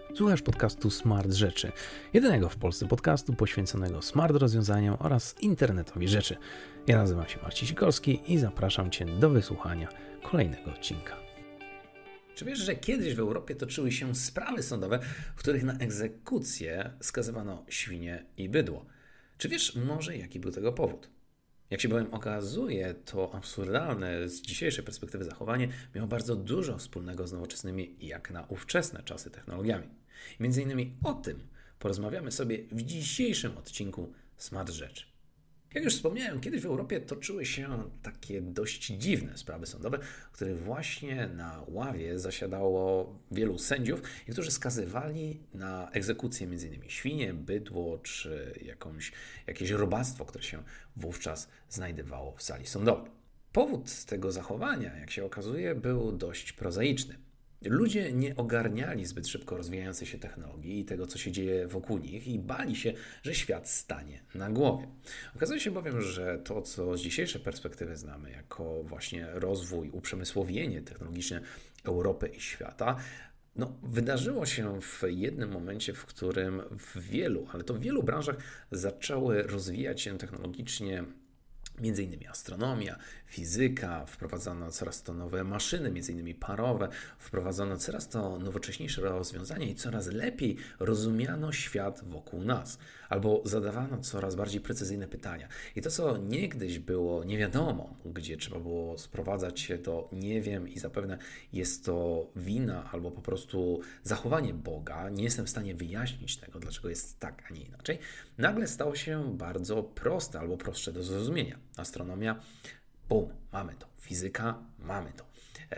Słuchasz podcastu Smart Rzeczy, jedynego w Polsce podcastu poświęconego smart rozwiązaniom oraz internetowi rzeczy. Ja nazywam się Marcin Sikorski i zapraszam Cię do wysłuchania kolejnego odcinka. Czy wiesz, że kiedyś w Europie toczyły się sprawy sądowe, w których na egzekucję skazywano świnie i bydło? Czy wiesz może, jaki był tego powód? Jak się bowiem okazuje, to absurdalne z dzisiejszej perspektywy zachowanie miało bardzo dużo wspólnego z nowoczesnymi, jak na ówczesne czasy, technologiami. Między innymi o tym porozmawiamy sobie w dzisiejszym odcinku Smart Rzeczy. Jak już wspomniałem, kiedyś w Europie toczyły się takie dość dziwne sprawy sądowe, w których właśnie na ławie zasiadało wielu sędziów, którzy skazywali na egzekucję m.in. świnie, bydło czy jakieś robactwo, które się wówczas znajdowało w sali sądowej. Powód tego zachowania, jak się okazuje, był dość prozaiczny. Ludzie nie ogarniali zbyt szybko rozwijającej się technologii i tego, co się dzieje wokół nich i bali się, że świat stanie na głowie. Okazuje się bowiem, że to, co z dzisiejszej perspektywy znamy jako właśnie rozwój, uprzemysłowienie technologiczne Europy i świata, wydarzyło się w jednym momencie, w którym w wielu branżach zaczęły rozwijać się technologicznie między innymi astronomia, fizyka, wprowadzono coraz to nowe maszyny, między innymi parowe, wprowadzono coraz to nowocześniejsze rozwiązania i coraz lepiej rozumiano świat wokół nas, albo zadawano coraz bardziej precyzyjne pytania. I to, co niegdyś było niewiadomą, gdzie trzeba było sprowadzać się do nie wiem i zapewne jest to wina albo po prostu zachowanie Boga, nie jestem w stanie wyjaśnić tego, dlaczego jest tak, a nie inaczej, nagle stało się bardzo proste albo prostsze do zrozumienia. Astronomia, mamy to. Fizyka, mamy to.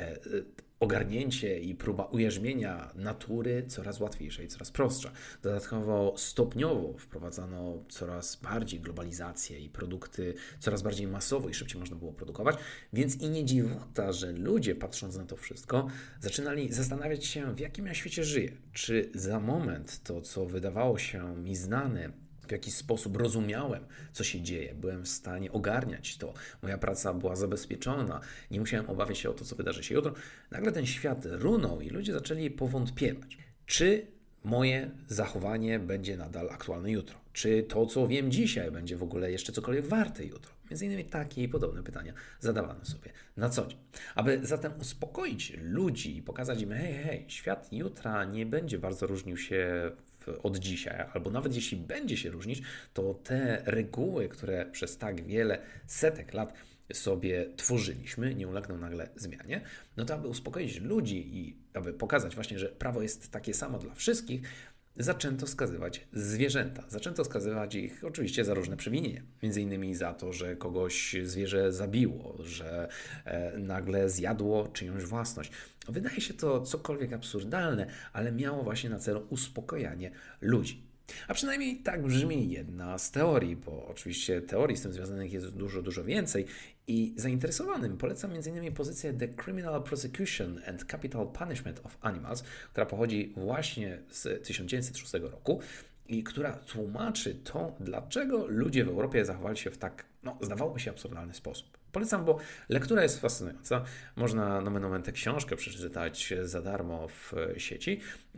Ogarnięcie i próba ujarzmienia natury coraz łatwiejsza i coraz prostsza. Dodatkowo stopniowo wprowadzano coraz bardziej globalizację i produkty coraz bardziej masowo i szybciej można było produkować, więc i nie dziwota, że ludzie, patrząc na to wszystko, zaczynali zastanawiać się, w jakim ja świecie żyję. Czy za moment to, co wydawało się mi znane, w jakiś sposób rozumiałem, co się dzieje, byłem w stanie ogarniać to, moja praca była zabezpieczona, nie musiałem obawiać się o to, co wydarzy się jutro. Nagle ten świat runął i ludzie zaczęli powątpiewać, czy moje zachowanie będzie nadal aktualne jutro, czy to, co wiem dzisiaj, będzie w ogóle jeszcze cokolwiek warte jutro. Między innymi takie i podobne pytania zadawano sobie na co dzień. Aby zatem uspokoić ludzi i pokazać im, hej, świat jutra nie będzie bardzo różnił się od dzisiaj, albo nawet jeśli będzie się różnić, to te reguły, które przez tak wiele setek lat sobie tworzyliśmy, nie ulegną nagle zmianie, to aby uspokoić ludzi i aby pokazać właśnie, że prawo jest takie samo dla wszystkich, zaczęto skazywać zwierzęta. Zaczęto skazywać ich oczywiście za różne przewinienia. Między innymi za to, że kogoś zwierzę zabiło, że nagle zjadło czyjąś własność. Wydaje się to cokolwiek absurdalne, ale miało właśnie na celu uspokojanie ludzi. A przynajmniej tak brzmi jedna z teorii, bo oczywiście teorii z tym związanych jest dużo więcej i zainteresowanym polecam m.in. pozycję The Criminal Prosecution and Capital Punishment of Animals, która pochodzi właśnie z 1906 roku i która tłumaczy to, dlaczego ludzie w Europie zachowali się w tak, zdawałoby się absurdalny sposób. Polecam, bo lektura jest fascynująca. Można nomen omen tę książkę przeczytać za darmo w sieci.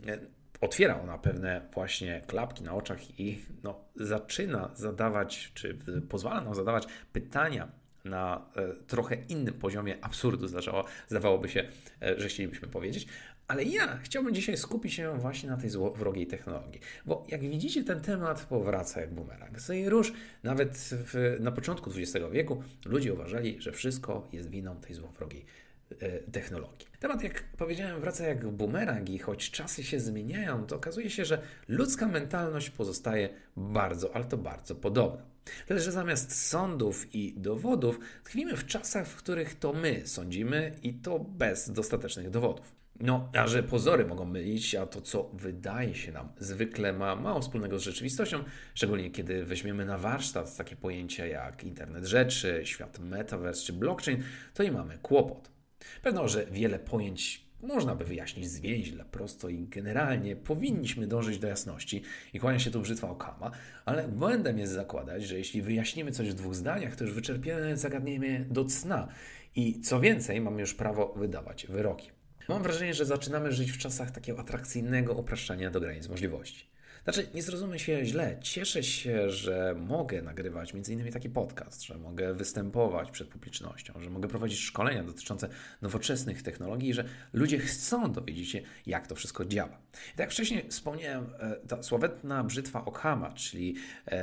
Otwiera ona pewne właśnie klapki na oczach i zaczyna zadawać, czy pozwala nam zadawać pytania na trochę innym poziomie absurdu, zdawałoby się, że chcielibyśmy powiedzieć. Ale ja chciałbym dzisiaj skupić się właśnie na tej złowrogiej technologii, bo jak widzicie, ten temat powraca jak bumerang. Już nawet na początku XX wieku ludzie uważali, że wszystko jest winą tej złowrogiej technologii. Temat, jak powiedziałem, wraca jak bumerang i choć czasy się zmieniają, to okazuje się, że ludzka mentalność pozostaje bardzo, ale to bardzo podobna. Tyle, że zamiast sądów i dowodów tkwimy w czasach, w których to my sądzimy i to bez dostatecznych dowodów. A że pozory mogą mylić, a to, co wydaje się nam zwykle ma mało wspólnego z rzeczywistością, szczególnie kiedy weźmiemy na warsztat takie pojęcia jak internet rzeczy, świat metaverse czy blockchain, to i mamy kłopot. Pewno, że wiele pojęć można by wyjaśnić zwięźle, prosto i generalnie powinniśmy dążyć do jasności i kłania się tu brzytwa Occama, ale błędem jest zakładać, że jeśli wyjaśnimy coś w 2 zdaniach, to już wyczerpiemy zagadnienie do cna i co więcej, mamy już prawo wydawać wyroki. Mam wrażenie, że zaczynamy żyć w czasach takiego atrakcyjnego upraszczania do granic możliwości. Znaczy, nie zrozumie się źle. Cieszę się, że mogę nagrywać m.in. taki podcast, że mogę występować przed publicznością, że mogę prowadzić szkolenia dotyczące nowoczesnych technologii, że ludzie chcą dowiedzieć się, jak to wszystko działa. I tak jak wcześniej wspomniałem, ta sławetna brzytwa Ockhama, czyli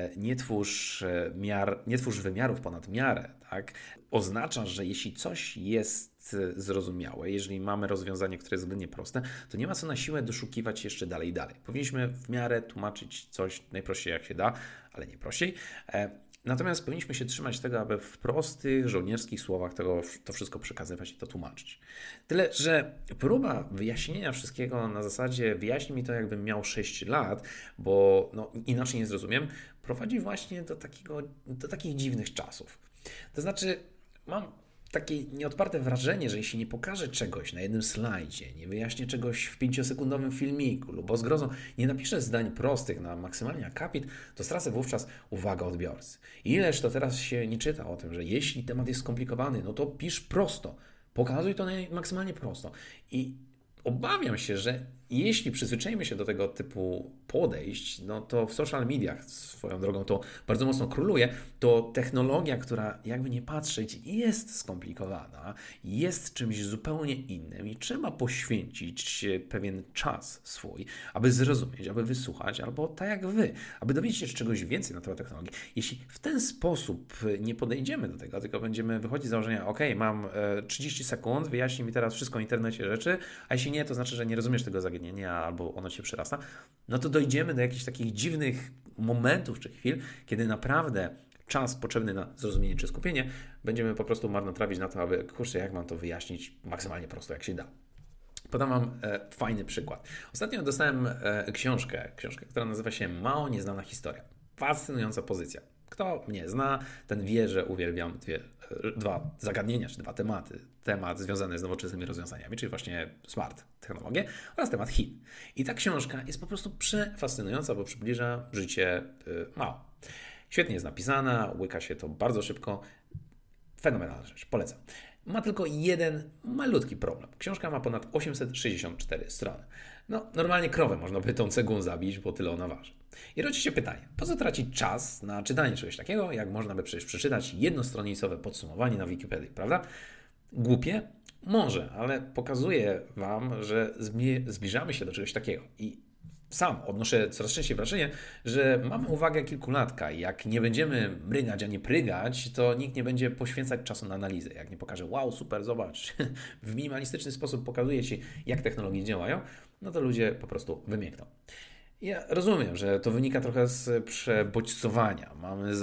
nie twórz wymiarów ponad miarę, tak, oznacza, że jeśli coś jest zrozumiałe, jeżeli mamy rozwiązanie, które jest względnie proste, to nie ma co na siłę doszukiwać jeszcze dalej i dalej. Powinniśmy w miarę tłumaczyć coś najprościej jak się da, ale nie prościej. Natomiast powinniśmy się trzymać tego, aby w prostych, żołnierskich słowach to wszystko przekazywać i to tłumaczyć. Tyle, że próba wyjaśnienia wszystkiego na zasadzie wyjaśnij mi to, jakbym miał 6 lat, bo inaczej nie zrozumiem, prowadzi właśnie do takich dziwnych czasów. To znaczy, mam takie nieodparte wrażenie, że jeśli nie pokażę czegoś na jednym slajdzie, nie wyjaśnię czegoś w 5-sekundowym filmiku lub o zgrozo nie napiszę zdań prostych na maksymalnie akapit, to stracę wówczas uwagę odbiorcy. Ileż to teraz się nie czyta o tym, że jeśli temat jest skomplikowany, no to pisz prosto. Pokazuj to maksymalnie prosto. I obawiam się, że jeśli przyzwyczajimy się do tego typu podejść, no to w social mediach, swoją drogą to bardzo mocno króluje, to technologia, która jakby nie patrzeć jest skomplikowana, jest czymś zupełnie innym i trzeba poświęcić pewien czas swój, aby zrozumieć, aby wysłuchać, albo tak jak wy, aby dowiedzieć się czegoś więcej na temat technologii. Jeśli w ten sposób nie podejdziemy do tego, tylko będziemy wychodzić z założenia, ok, mam 30 sekund, wyjaśnij mi teraz wszystko o internecie rzeczy, a jeśli nie, to znaczy, że nie rozumiesz tego zagadnienia, albo ono się przerasta, no to dojdziemy do jakichś takich dziwnych momentów czy chwil, kiedy naprawdę czas potrzebny na zrozumienie czy skupienie będziemy po prostu marnotrawić na to, aby, kurczę, jak mam to wyjaśnić maksymalnie prosto, jak się da. Podam Wam fajny przykład. Ostatnio dostałem książkę, która nazywa się Mało nieznana historia. Fascynująca pozycja. Kto mnie zna, ten wie, że uwielbiam dwa zagadnienia, czy dwa tematy. Temat związany z nowoczesnymi rozwiązaniami, czyli właśnie smart technologie oraz temat Chin. I ta książka jest po prostu przefascynująca, bo przybliża życie Mao. Świetnie jest napisana, łyka się to bardzo szybko. Fenomenalna rzecz, polecam. Ma tylko jeden malutki problem. Książka ma ponad 864 strony. No, normalnie krowę można by tą cegłą zabić, bo tyle ona waży. I rodzi się pytanie, po co tracić czas na czytanie czegoś takiego, jak można by przecież przeczytać jednostronicowe podsumowanie na Wikipedii, prawda? Głupie? Może, ale pokazuje Wam, że zbliżamy się do czegoś takiego. I sam odnoszę coraz częściej wrażenie, że mamy uwagę kilkulatka i jak nie będziemy mrygać, a nie prygać, to nikt nie będzie poświęcać czasu na analizę. Jak nie pokaże, wow, super, zobacz, w minimalistyczny sposób pokazuje Ci, jak technologie działają, no to ludzie po prostu wymiękną. Ja rozumiem, że to wynika trochę z przebodźcowania. Mamy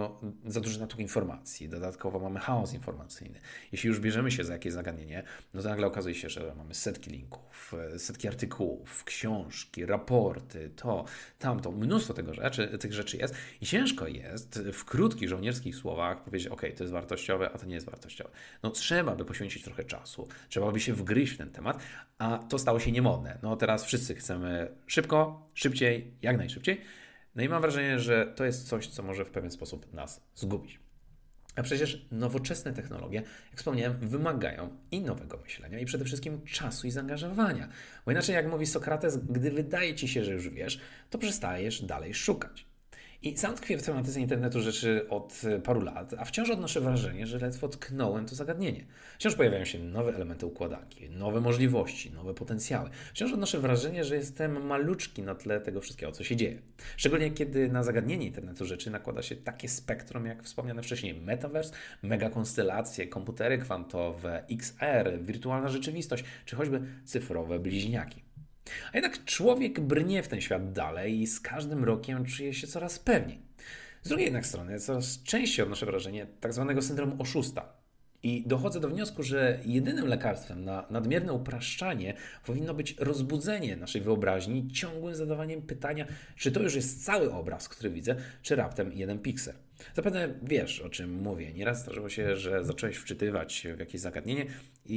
za duży natłok informacji, dodatkowo mamy chaos informacyjny. Jeśli już bierzemy się za jakieś zagadnienie, no to nagle okazuje się, że mamy setki linków, setki artykułów, książki, raporty, to, tamto, mnóstwo tych rzeczy jest i ciężko jest w krótkich, żołnierskich słowach powiedzieć, ok, to jest wartościowe, a to nie jest wartościowe. No trzeba by poświęcić trochę czasu, trzeba by się wgryźć w ten temat, a to stało się niemodne. No teraz wszyscy chcemy szybko, szybciej, jak najszybciej. No i mam wrażenie, że to jest coś, co może w pewien sposób nas zgubić. A przecież nowoczesne technologie, jak wspomniałem, wymagają i nowego myślenia, i przede wszystkim czasu i zaangażowania. Bo inaczej, jak mówi Sokrates, gdy wydaje Ci się, że już wiesz, to przestajesz dalej szukać. I sam tkwię w tematyce internetu rzeczy od paru lat, a wciąż odnoszę wrażenie, że ledwo tknąłem to zagadnienie. Wciąż pojawiają się nowe elementy układanki, nowe możliwości, nowe potencjały. Wciąż odnoszę wrażenie, że jestem maluczki na tle tego wszystkiego, co się dzieje. Szczególnie kiedy na zagadnienie internetu rzeczy nakłada się takie spektrum, jak wspomniane wcześniej metaverse, megakonstelacje, komputery kwantowe, XR, wirtualna rzeczywistość, czy choćby cyfrowe bliźniaki. A jednak człowiek brnie w ten świat dalej i z każdym rokiem czuje się coraz pewniej. Z drugiej jednak strony coraz częściej odnoszę wrażenie tak zwanego syndromu oszusta. I dochodzę do wniosku, że jedynym lekarstwem na nadmierne upraszczanie powinno być rozbudzenie naszej wyobraźni ciągłym zadawaniem pytania, czy to już jest cały obraz, który widzę, czy raptem jeden piksel. Zapewne wiesz, o czym mówię. Nieraz zdarzyło się, że zacząłeś wczytywać w jakieś zagadnienie i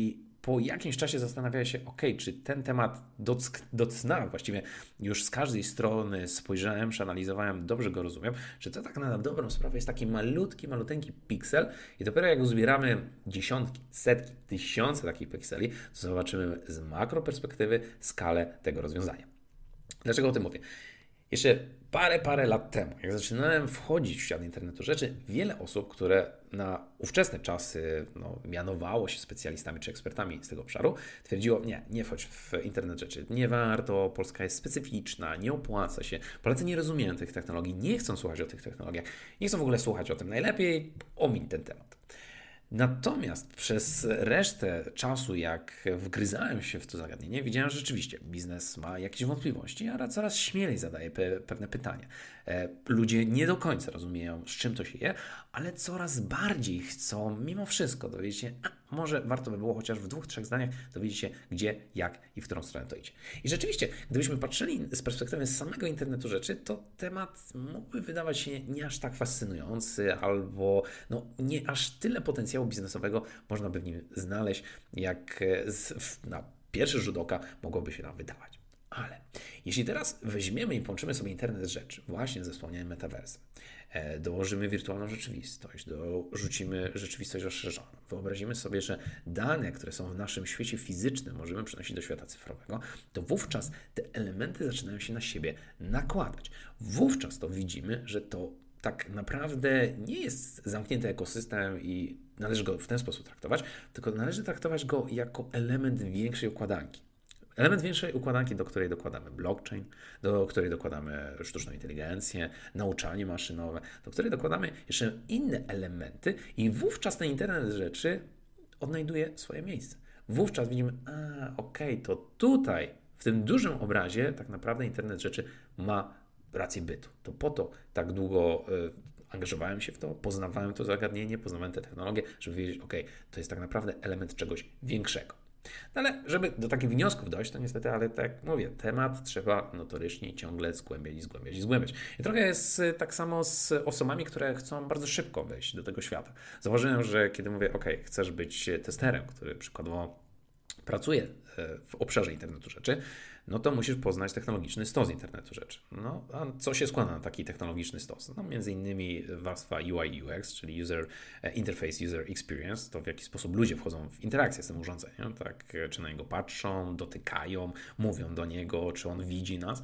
po jakimś czasie zastanawiałem się, czy ten temat docnąłem, właściwie już z każdej strony spojrzałem, przeanalizowałem, dobrze go rozumiem, że to tak na dobrą sprawę jest taki maluteńki piksel i dopiero jak uzbieramy dziesiątki, setki, tysiące takich pikseli, to zobaczymy z makroperspektywy skalę tego rozwiązania. Dlaczego o tym mówię? Jeszcze parę lat temu, jak zaczynałem wchodzić w świat internetu rzeczy, wiele osób, które na ówczesne czasy mianowało się specjalistami czy ekspertami z tego obszaru, twierdziło, nie wchodź w internet rzeczy, nie warto, Polska jest specyficzna, nie opłaca się, Polacy nie rozumieją tych technologii, nie chcą słuchać o tych technologiach, nie chcą w ogóle słuchać o tym, najlepiej omiń ten temat. Natomiast przez resztę czasu, jak wgryzałem się w to zagadnienie, widziałem, że rzeczywiście biznes ma jakieś wątpliwości, a coraz śmielej zadaje pewne pytania. Ludzie nie do końca rozumieją, z czym to się je, ale coraz bardziej chcą mimo wszystko dowiedzieć się, może warto by było chociaż w 2-3 zdaniach dowiedzieć się, gdzie, jak i w którą stronę to idzie. I rzeczywiście, gdybyśmy patrzyli z perspektywy samego internetu rzeczy, to temat mógłby wydawać się nie aż tak fascynujący, albo nie aż tyle potencjału biznesowego można by w nim znaleźć, jak na pierwszy rzut oka mogłoby się nam wydawać. Ale jeśli teraz weźmiemy i połączymy sobie internet rzeczy właśnie ze wspomnianym metaversem, dołożymy wirtualną rzeczywistość, dorzucimy rzeczywistość rozszerzoną, wyobrazimy sobie, że dane, które są w naszym świecie fizycznym, możemy przenosić do świata cyfrowego, to wówczas te elementy zaczynają się na siebie nakładać. Wówczas to widzimy, że to tak naprawdę nie jest zamknięty ekosystem i należy go w ten sposób traktować, tylko należy traktować go jako element większej układanki. Element większej układanki, do której dokładamy blockchain, do której dokładamy sztuczną inteligencję, nauczanie maszynowe, do której dokładamy jeszcze inne elementy i wówczas ten internet rzeczy odnajduje swoje miejsce. Wówczas widzimy, to tutaj, w tym dużym obrazie tak naprawdę internet rzeczy ma rację bytu. To po to tak długo angażowałem się w to, poznawałem to zagadnienie, poznawałem te technologie, żeby wiedzieć, to jest tak naprawdę element czegoś większego. No ale żeby do takich wniosków dojść, to niestety, ale tak jak mówię, temat trzeba notorycznie ciągle zgłębiać. I trochę jest tak samo z osobami, które chcą bardzo szybko wejść do tego świata. Zauważyłem, że kiedy mówię, chcesz być testerem, który przykładowo pracuje w obszarze internetu rzeczy, to musisz poznać technologiczny stos internetu rzeczy. A co się składa na taki technologiczny stos? Między innymi warstwa UI UX, czyli User Interface, User Experience, to w jaki sposób ludzie wchodzą w interakcję z tym urządzeniem, tak? Czy na niego patrzą, dotykają, mówią do niego, czy on widzi nas.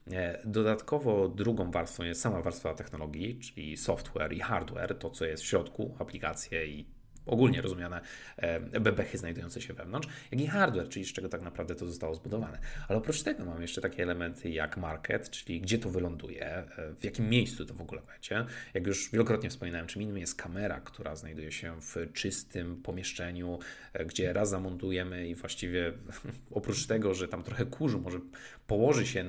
Dodatkowo drugą warstwą jest sama warstwa technologii, czyli software i hardware, to co jest w środku, aplikacje i ogólnie rozumiane bebechy znajdujące się wewnątrz, jak i hardware, czyli z czego tak naprawdę to zostało zbudowane. Ale oprócz tego mamy jeszcze takie elementy jak market, czyli gdzie to wyląduje, w jakim miejscu to w ogóle będzie. Jak już wielokrotnie wspominałem, czym innym jest kamera, która znajduje się w czystym pomieszczeniu, gdzie raz zamontujemy i właściwie oprócz tego, że tam trochę kurzu może położy się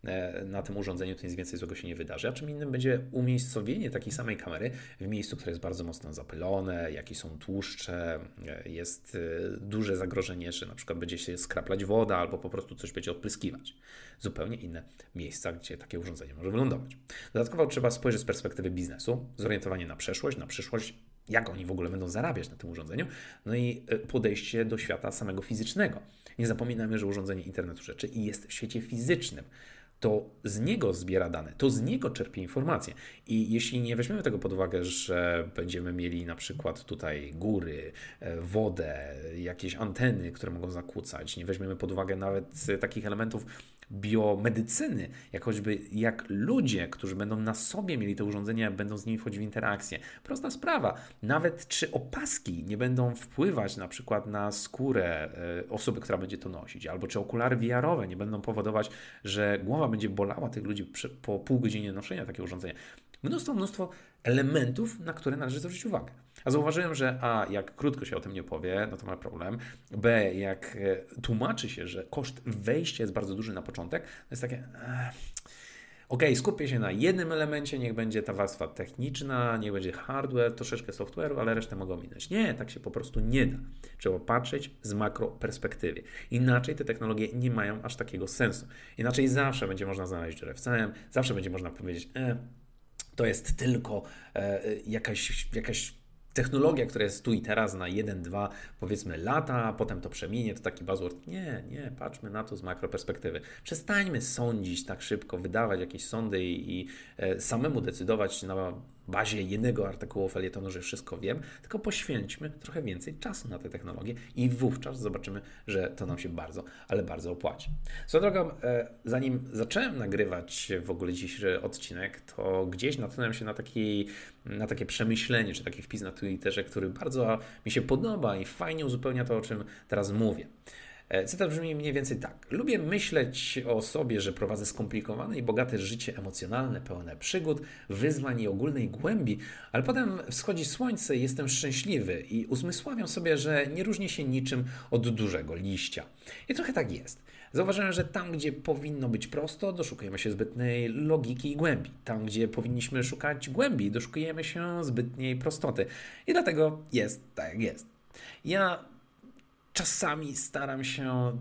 na tym urządzeniu, to nic więcej złego się nie wydarzy. A czym innym będzie umiejscowienie takiej samej kamery w miejscu, które jest bardzo mocno zapylone, jakie są tłuszcze, jest duże zagrożenie, że na przykład będzie się skraplać woda albo po prostu coś będzie odpryskiwać. Zupełnie inne miejsca, gdzie takie urządzenie może wylądować. Dodatkowo trzeba spojrzeć z perspektywy biznesu, zorientowanie na przyszłość, jak oni w ogóle będą zarabiać na tym urządzeniu, i podejście do świata samego fizycznego. Nie zapominamy, że urządzenie internetu rzeczy jest w świecie fizycznym. To z niego zbiera dane, to z niego czerpie informacje. I jeśli nie weźmiemy tego pod uwagę, że będziemy mieli na przykład tutaj góry, wodę, jakieś anteny, które mogą zakłócać, nie weźmiemy pod uwagę nawet takich elementów biomedycyny, jak choćby jak ludzie, którzy będą na sobie mieli te urządzenia, będą z nimi wchodzić w interakcję. Prosta sprawa. Nawet czy opaski nie będą wpływać na przykład na skórę osoby, która będzie to nosić, albo czy okulary VR-owe nie będą powodować, że głowa będzie bolała tych ludzi po pół godziny noszenia takiego urządzenia. Mnóstwo elementów, na które należy zwrócić uwagę. A zauważyłem, że jak krótko się o tym nie powie, to ma problem. B, jak tłumaczy się, że koszt wejścia jest bardzo duży na początek, to jest takie... skupię się na jednym elemencie, niech będzie ta warstwa techniczna, niech będzie hardware, troszeczkę software'u, ale resztę mogę ominąć. Nie, tak się po prostu nie da. Trzeba patrzeć z makroperspektywy. Inaczej te technologie nie mają aż takiego sensu. Inaczej zawsze będzie można znaleźć dziurę w całym, zawsze będzie można powiedzieć, to jest tylko jakaś technologia, która jest tu i teraz na 1-2 powiedzmy lata, a potem to przeminie, to taki buzzword. Nie, patrzmy na to z makroperspektywy. Przestańmy sądzić tak szybko, wydawać jakieś sądy i samemu decydować na bazie jednego artykułu felietonu, że wszystko wiem, tylko poświęćmy trochę więcej czasu na te technologie i wówczas zobaczymy, że to nam się bardzo, ale bardzo opłaci. Swoją drogą, zanim zacząłem nagrywać w ogóle dzisiejszy odcinek, to gdzieś natknąłem się na takie przemyślenie, czy taki wpis na Twitterze, który bardzo mi się podoba i fajnie uzupełnia to, o czym teraz mówię. Cytat brzmi mniej więcej tak. Lubię myśleć o sobie, że prowadzę skomplikowane i bogate życie emocjonalne, pełne przygód, wyzwań i ogólnej głębi, ale potem wschodzi słońce i jestem szczęśliwy i uzmysławiam sobie, że nie różnię się niczym od dużego liścia. I trochę tak jest. Zauważyłem, że tam, gdzie powinno być prosto, doszukujemy się zbytnej logiki i głębi. Tam, gdzie powinniśmy szukać głębi, doszukujemy się zbytniej prostoty. I dlatego jest tak, jak jest. Ja czasami staram się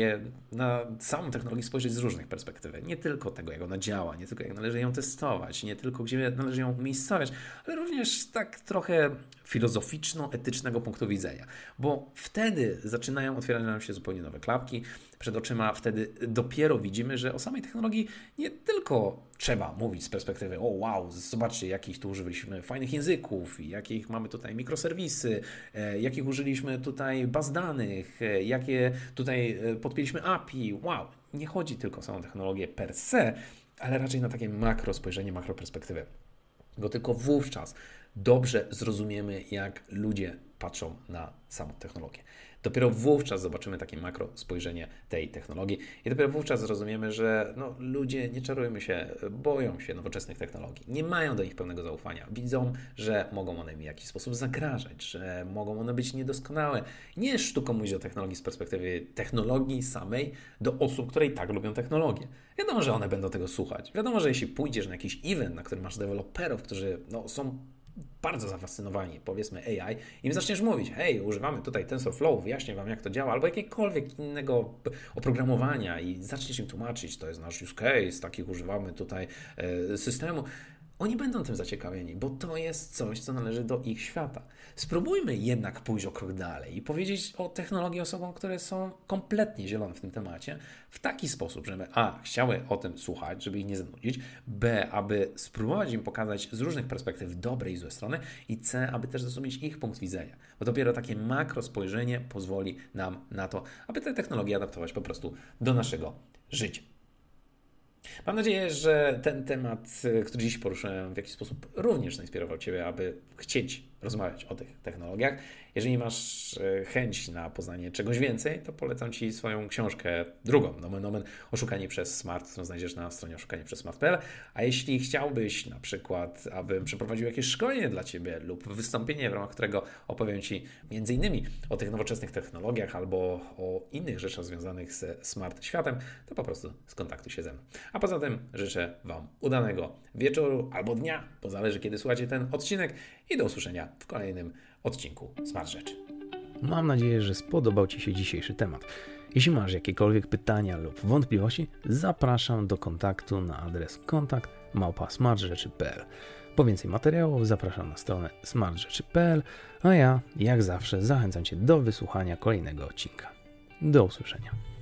na samą technologię spojrzeć z różnych perspektyw. Nie tylko tego, jak ona działa, nie tylko jak należy ją testować, nie tylko gdzie należy ją umiejscowiać, ale również tak trochę filozoficzno-etycznego punktu widzenia. Bo wtedy zaczynają otwierać nam się zupełnie nowe klapki przed oczyma. Wtedy dopiero widzimy, że o samej technologii nie tylko trzeba mówić z perspektywy wow, zobaczcie, jakich tu użyliśmy fajnych języków, jakich mamy tutaj mikroserwisy, jakich użyliśmy tutaj baz danych, jakie tutaj podpięliśmy API. Wow, nie chodzi tylko o samą technologię per se, ale raczej na takie spojrzenie, makroperspektywę. Bo tylko wówczas dobrze zrozumiemy, jak ludzie patrzą na samą technologię. Dopiero wówczas zobaczymy takie makro spojrzenie tej technologii i dopiero wówczas zrozumiemy, że ludzie, nie czarujmy się, boją się nowoczesnych technologii, nie mają do nich pełnego zaufania. Widzą, że mogą one im w jakiś sposób zagrażać, że mogą one być niedoskonałe. Nie jest sztuką mówić o technologii z perspektywy technologii samej do osób, które i tak lubią technologię. Wiadomo, że one będą tego słuchać. Wiadomo, że jeśli pójdziesz na jakiś event, na którym masz deweloperów, którzy są bardzo zafascynowani, powiedzmy AI, im zaczniesz mówić, hej, używamy tutaj TensorFlow, wyjaśnię Wam, jak to działa, albo jakiegokolwiek innego oprogramowania i zaczniesz im tłumaczyć, to jest nasz use case, takich używamy tutaj systemu. Oni będą tym zaciekawieni, bo to jest coś, co należy do ich świata. Spróbujmy jednak pójść o krok dalej i powiedzieć o technologii osobom, które są kompletnie zielone w tym temacie, w taki sposób, żeby chciały o tym słuchać, żeby ich nie zanudzić, b, aby spróbować im pokazać z różnych perspektyw dobre i złe strony i c, aby też zrozumieć ich punkt widzenia. Bo dopiero takie makro spojrzenie pozwoli nam na to, aby te technologie adaptować po prostu do naszego życia. Mam nadzieję, że ten temat, który dziś poruszyłem, w jakiś sposób również zainspirował Ciebie, aby chcieć rozmawiać o tych technologiach. Jeżeli masz chęć na poznanie czegoś więcej, to polecam Ci swoją książkę drugą, Nomen Omen, Oszukani przez Smart, którą znajdziesz na stronie oszukanieprzezsmart.pl. A jeśli chciałbyś na przykład, abym przeprowadził jakieś szkolenie dla Ciebie lub wystąpienie, w ramach którego opowiem Ci m.in. o tych nowoczesnych technologiach albo o innych rzeczach związanych ze smart światem, to po prostu skontaktuj się ze mną. A poza tym życzę Wam udanego wieczoru albo dnia, bo zależy, kiedy słuchacie ten odcinek, i do usłyszenia w kolejnym odcinku Smart Rzeczy. Mam nadzieję, że spodobał Ci się dzisiejszy temat. Jeśli masz jakiekolwiek pytania lub wątpliwości, zapraszam do kontaktu na adres kontakt@smartrzeczy.pl. Po więcej materiałów zapraszam na stronę smartrzeczy.pl, a ja, jak zawsze, zachęcam Cię do wysłuchania kolejnego odcinka. Do usłyszenia.